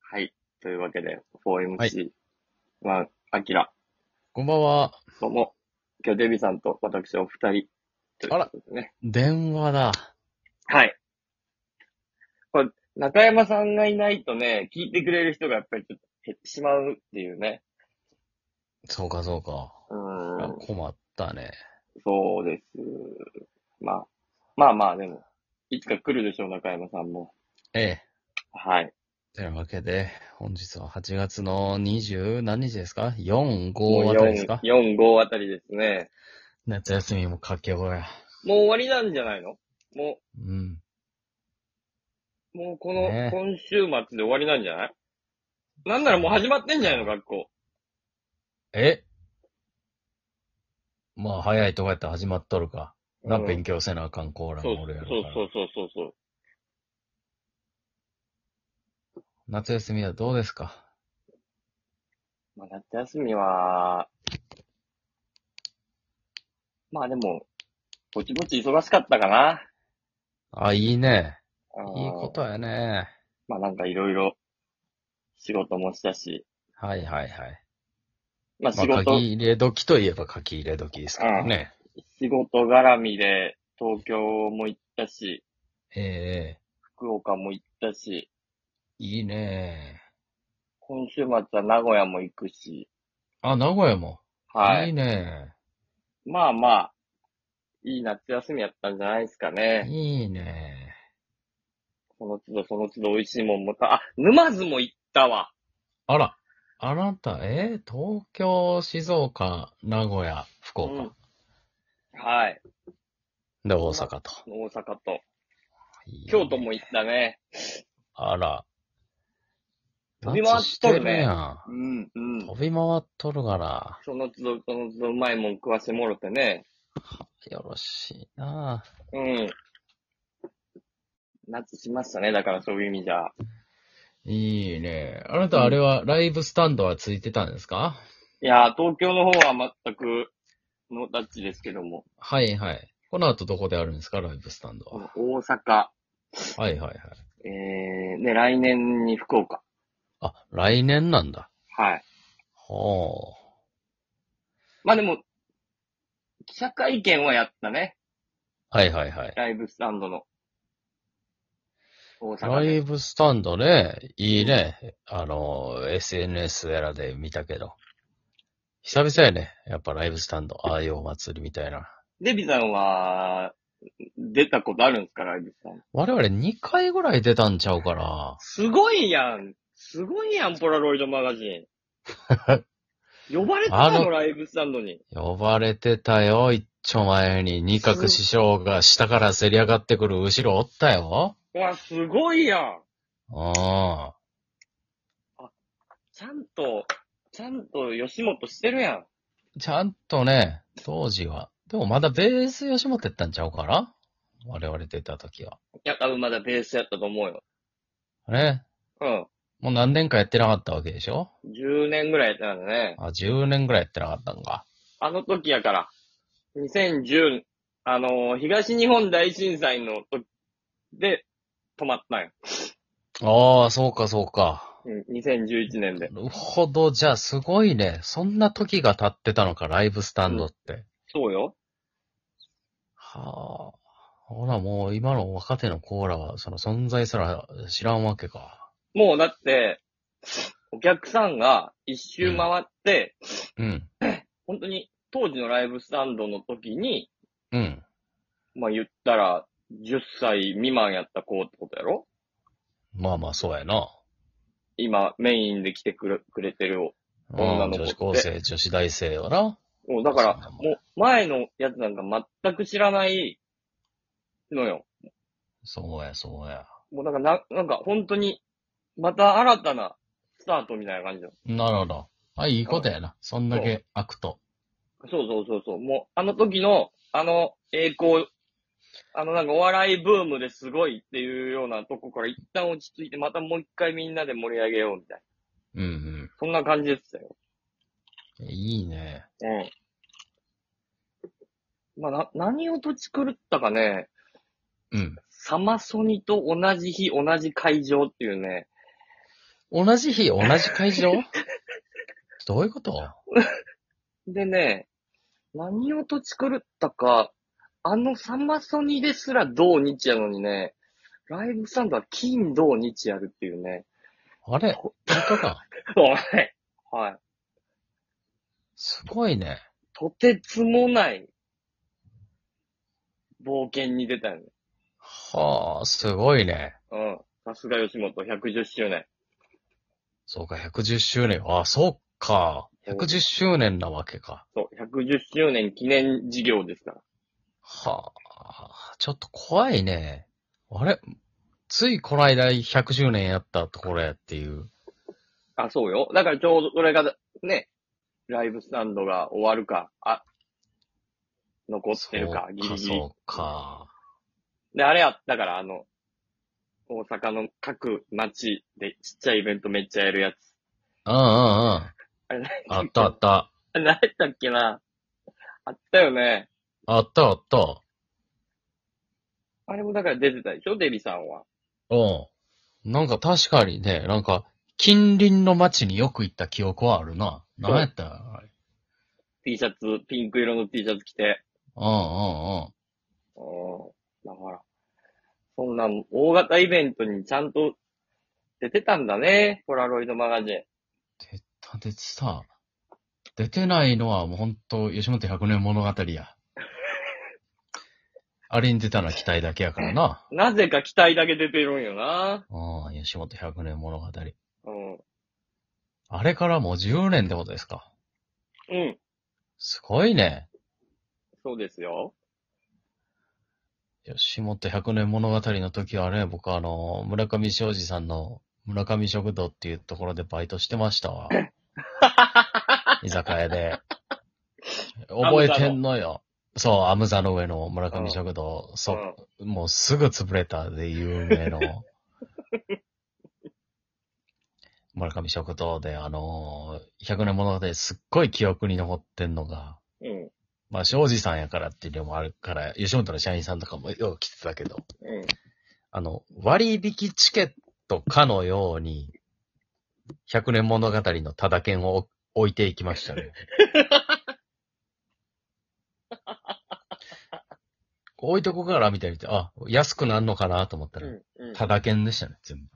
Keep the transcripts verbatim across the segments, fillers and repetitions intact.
はい。というわけで、フォーエムシー、 はい。 まあ、アキラ、 こんばんは。 どうも、今日デビさんと私お二人というあら、 ことでね。 電話だ。 はい。これ、中山さんがいないとね、聞いてくれる人がやっぱりちょっと減ってしまうっていうね。 そうか、そうか。 ういや、 ーん、 困ったね。 そうです。まあ、まあまあ、でも、いつか来るでしょう、中山さんも。 ええ。 はい。 というわけで、本日ははちがつのにじゅう何日ですか？ よん、 もうごあたりですよん、 か？ よん、ごあたりですね。 夏休みも佳境や。 もう終わりなんじゃないの？もうん。 う、もうこの、 ね今週末で終わりなんじゃない？なんならもうそ始まってんじゃないの、 うか。 学校。 えまあ、早いとこやったら始まっとるか。な、 うん。 勉強せなあかんコーラそう、 もおるやろそうから。 そうそうそうそう。 夏休みはどうですか？ まあ、夏休みは、まあでも、ぼちぼち忙しかったかな。 あ、いいね。 うん。 いいことやね。 まあなんかいろいろ仕事もしたし、 はいはいはい。 まあまあ、 仕事、 書き入れ時といえば書き入れ時ですうん。 からね。 仕事絡みで東京も行ったし、 ええ、 福岡も行ったし、 いいね。 今週末は名古屋も行くし、 あ、名古屋も。いいはい。 ね。 まあまあ、いい夏休みやったんじゃないですかね。 いいね。 その都度その都度美味しいもんもた、あ、沼津も行ったわ。 あら、あなた、えー東京、静岡、名古屋、福うん。 岡。 はい。 で、大沼、 阪と。 大阪と。 いいね。 京都も行ったね。 あら、 飛び回っ夏してるやとるね。 ん。 うん、うん。 飛び回っとるから。 その都度、その都度うまいもん食わしてもろてね。 よろしいな。 うん。夏しましたね。だからそういう意味じゃ。 いいね。あなた、あれうん。 は、ライブスタンドはついてたんですか？ いやー、東京の方は全くノータッチですけども。 はいはい。この後どこであるんですか、ライブスタンドは。 この大阪、 はいはいはい。 えー、ね、来年に福岡。 あ、来年なんだ。 はい。 ほまあでも、記者会見はやったね。 う。はいはいはい。 ライブスタンドの大阪で。 ライブスタンドね、いいうん。 ね。あの、エスエヌエス やらで見たけど。久々やね。やっぱライブスタンド。ああいうお祭りみたいな。 デビさんは、出たことあるんですか、ライブスタンド。 我々にかいぐらい出たんちゃうかな。 すごいやん。すごいやん、ポラロイドマガジン。呼ばれてあの、 たの、ライブスタンドに。 呼ばれてたよ。一丁前に二角す、 師匠が下からせり上がってくる後ろおったよ。 わ、すごいやん。 ああ。 あ、ちゃんと、ちゃんと吉本してるやん。 ちゃんとね、当時は。でもまだベース吉本やったんちゃうかな、我々出た時は。 いや、多分まだベースやったと思うよ。 ね。 うん。 もう何年かやってなかったわけでしょ？ じゅうねんぐらいやってたんだね。 あ、じゅうねんぐらいやってなかったんか。 あの時やから。にせんじゅう、あのー東日本大震災の時で止まったんよ。 ああ、そうかそうか。 うん、にせんじゅういちねんで。 なるほど。じゃあすごいね。そんな時が経ってたのか、ライブスタンうん。 ドって。 そうよ。 はあ。ほら、もう今の若手のコーラは、その存在すら知らんわけか。 もうだって、お客さんが一うん。 周回って、 うん。 本当に当時のライブスタンドの時に、 うん。 まあ言ったら、じゅっさい未満やった子ってことやろ？ まあまあ、そうやな。 今、メインで来てくれ、くれてる女うん、 の女子って。 子高生、女子大生よな。 もうだから、 そんなもん。 もう前のやつなんか全く知らないのよ。 そうや、そうや。 もうだからな、なんか本当に、また新たなスタートみたいな感じだ。 なるほど。あ、いいうん。 ことやな。そんだそけ開くと。 う。そうそうそうそう。もう、あの時の、あの栄光、あのなんかお笑いブームですごいっていうようなとこから一旦落ち着いて、またもう一回みんなで盛り上げようみたいな。 うんそんな感じでしたよ。 うん。いいね。 うん。まあ、な、何をとち狂ったかね、 うん。 サマソニと同じ日、同じ会場っていうね、 同じ日、同じ会場どういうこと？ でね、何をとち狂ったか、あのサマソニですら土日やのにね、ライブスタンドは金土日やるっていうね。 あれ本当か。 はい。はい。 すごいね。 とてつもない冒険に出たよね。 はあ、すごいね。 うん。さすが吉本ひゃくじゅっしゅうねん。 そうか、ひゃくじゅっしゅうねん。あ、そうか。ひゃくじゅっしゅうねんなわけか。 そう、ひゃくじゅっしゅうねん記念事業ですから。 はあ、ちょっと怖いね。あれついこの間ひゃくじゅうねんやったところやっていう。 あ、そうよ。だからちょうどそれが、ね、ライブスタンドが終わるか、あ、残ってるか、ギリギリ。 そうか。 で、あれや、だからあの、大阪の各町でちっちゃいイベントめっちゃやるやつ。 うんうんうん。 あれあったあった。 あれ何やったっけな。あったよね。 あったあった。 あれもだから出てたでしょ、デビさんは。 うん。なんか確かにね、なんか、近隣の街によく行った記憶はあるな。 そう何やったあれ。 T シャツ、ピンク色の T シャツ着て。 うんうんうん。 うん。だから、そんな大型イベントにちゃんと出てたんだね、ポラロイドマガジン。 出た、出てた。出てないのはもうほんと、吉本ひゃくねん物語や。あれに出たのは期待だけやからな。 なぜか期待だけ出てるんよな。 うん、吉本ひゃくねん物語。 うん。 あれからもうじゅうねんってことですか。 うん。 すごいね。 そうですよ。 吉本ひゃくねん物語の時はね、僕はあの、村上正治さんの村上食堂っていうところでバイトしてましたわ。居酒屋で。覚えてんのよ。そう、アムザの上の村上食堂。そう、もうすぐ潰れたで有名の。村上食堂で、あのー、ひゃくねん物語ですっごい記憶に残ってんのが、 うん。 まあ、庄司さんやからっていうのもあるから、吉本の社員さんとかもよく来てたけど、 うん。 あの、割引チケットかのように、ひゃくねん物語のただ券を置いていきましたね。置いとこからみたいに言って、あ、安くなんのかなと思ったら、 うんうん、 ただ券でしたね、全部。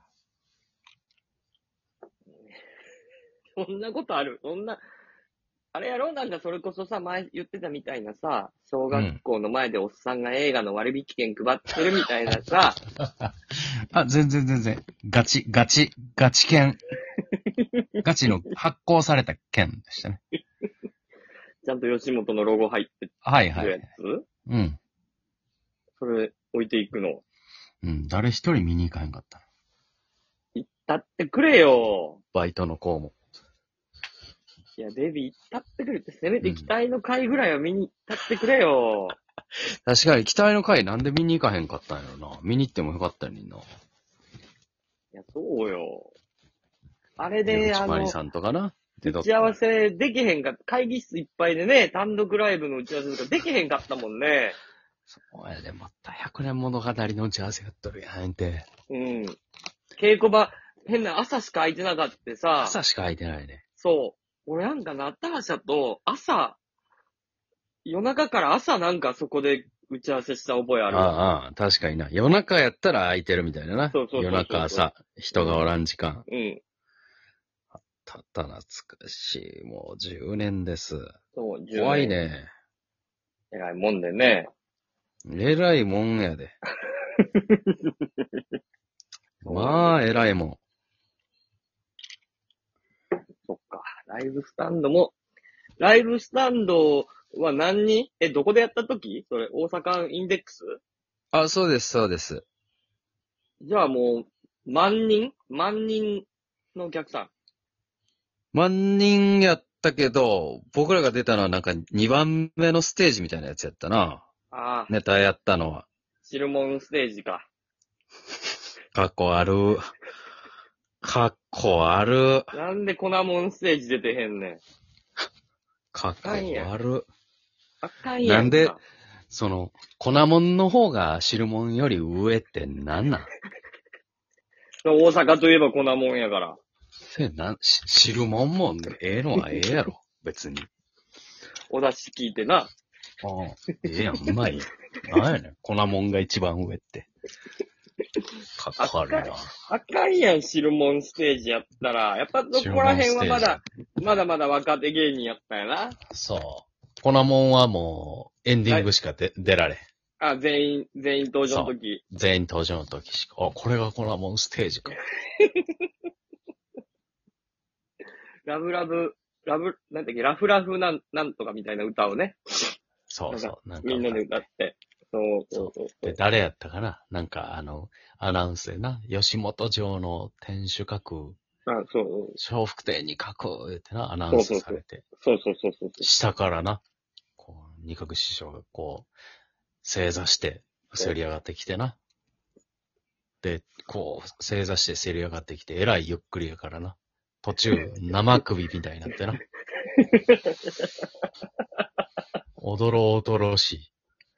そんなことあるそんな、あれやろなんかそれこそさ、前言ってたみたいなさ、小学校の前でおっさんが映画の割引券配ってるみたいなさ。 あ、全然全然。ガチ、ガチ、ガチ券。ガチの発行された券でしたね。 ちゃんと吉本のロゴ入ってるやつ、 はいはい。うん。 それ置いていくの。 うん、誰一人見に行かへんかった。 行ったってくれよ。 バイトの子も。 いや、デビ行ったってくれって、せめて期待の回ぐらいは見に行ったってくれよ。 確かに期待の回なんで見に行かへんかったんやろな。見に行ってもよかったのにな。いや、そうよ。あれで、あの、 さんとかな。 打ち合わせできへんかった。会議室いっぱいでね、単独ライブの打ち合わせとかできへんかったもんね。 そうやで、またひゃくねん物語の打ち合わせやっとるやんて。 うん。稽古場、変な朝しか空いてなかったさ。 朝しか空いてないね。 そう。俺なんかナターシャと朝、夜中から朝なんかそこで打ち合わせした覚えあるわ。 ああ、確かにな。夜中やったら空いてるみたいなな。 そうそうそうそう。 夜中朝、人がおらん時間。 うん。 あったった懐かしい。もうじゅうねんです。 そう、じゅうねん。 怖いね。 えらいもんでね。 えらいもんやで。まあ、えらいもん。 そっか。ライブスタンドも、ライブスタンドは何人え、どこでやった時それ、大阪インデックスあ、そうです、そうです。 じゃあもう、万人万人のお客さん。 万人やったけど、僕らが出たのはなんかにばんめのステージみたいなやつやったな。 ああ。 ネタやったのは。 シルモンステージか。 かっこある。かっこある。 なんで粉もんステージ出てへんねん。 かっこある。 あかんやん。 なんで、その、粉もんの方が汁もんより上ってなんなん？ 大阪といえば粉もんやから。 せやな、し汁もんもんで、ええのはええやろ、別に。 お出汁聞いてな。 ああ、ええやん、うまいよ。なんやねん、粉もんが一番上って。かっこ悪いな。 あかんやん、汁もんステージやったら。やっぱそこら辺はまだ、まだまだ若手芸人やったんやな。 そう。粉もんはもう、エンディングしかで出られん。 あ、全員、全員登場の時。 全員登場の時しか。あ、これが粉もんステージか。 ラブラブ、ラブ、なんだっけ、ラフラフなん、なんとかみたいな歌をね。 そうそう。 なんかみんなで歌って。そうそうそうそう。 で、誰やったかななんか、あの、アナウンスでな、吉本城の天守閣、 あ、そう。 笑福亭に書く、言ってな、アナウンスされて。 そうそうそうそうそう。 下からな、こう、二角師匠がこう、正座して、せり上がってきてな。で、こう、正座してせり上がってきて、えらいゆっくりやからな。途中、生首みたいになってな。おどろおどろしい。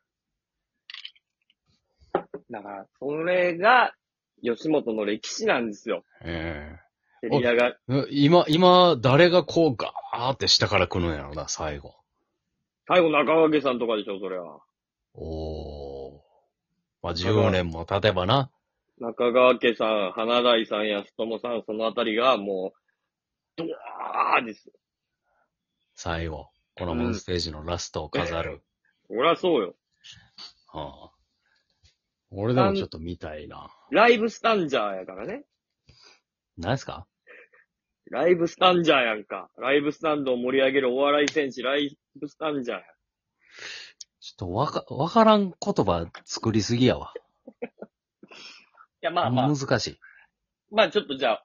だから、それが、吉本の歴史なんですよ。 えせり上が、 え今、今、誰がこうガーって下から来るんやろな、最後。 最後中掛さんとかでしょ、それは。 おー。まあ、じゅうねんも経てばな。 中川家さん、花大さん、安友さん、そのあたりがもう、ドワーです。 最後。このモンステージのラストを飾る。 そりゃそうよ。 はあ、俺でもちょっと見たいな。 ライブスタンジャーやからね。 何すか？ ライブスタンジャーやんか。ライブスタンドを盛り上げるお笑い戦士、ライブスタンジャーや。 ちょっとわか、わからん言葉作りすぎやわ。 いや、まあまあ。 難しい。 まあちょっとじゃあ、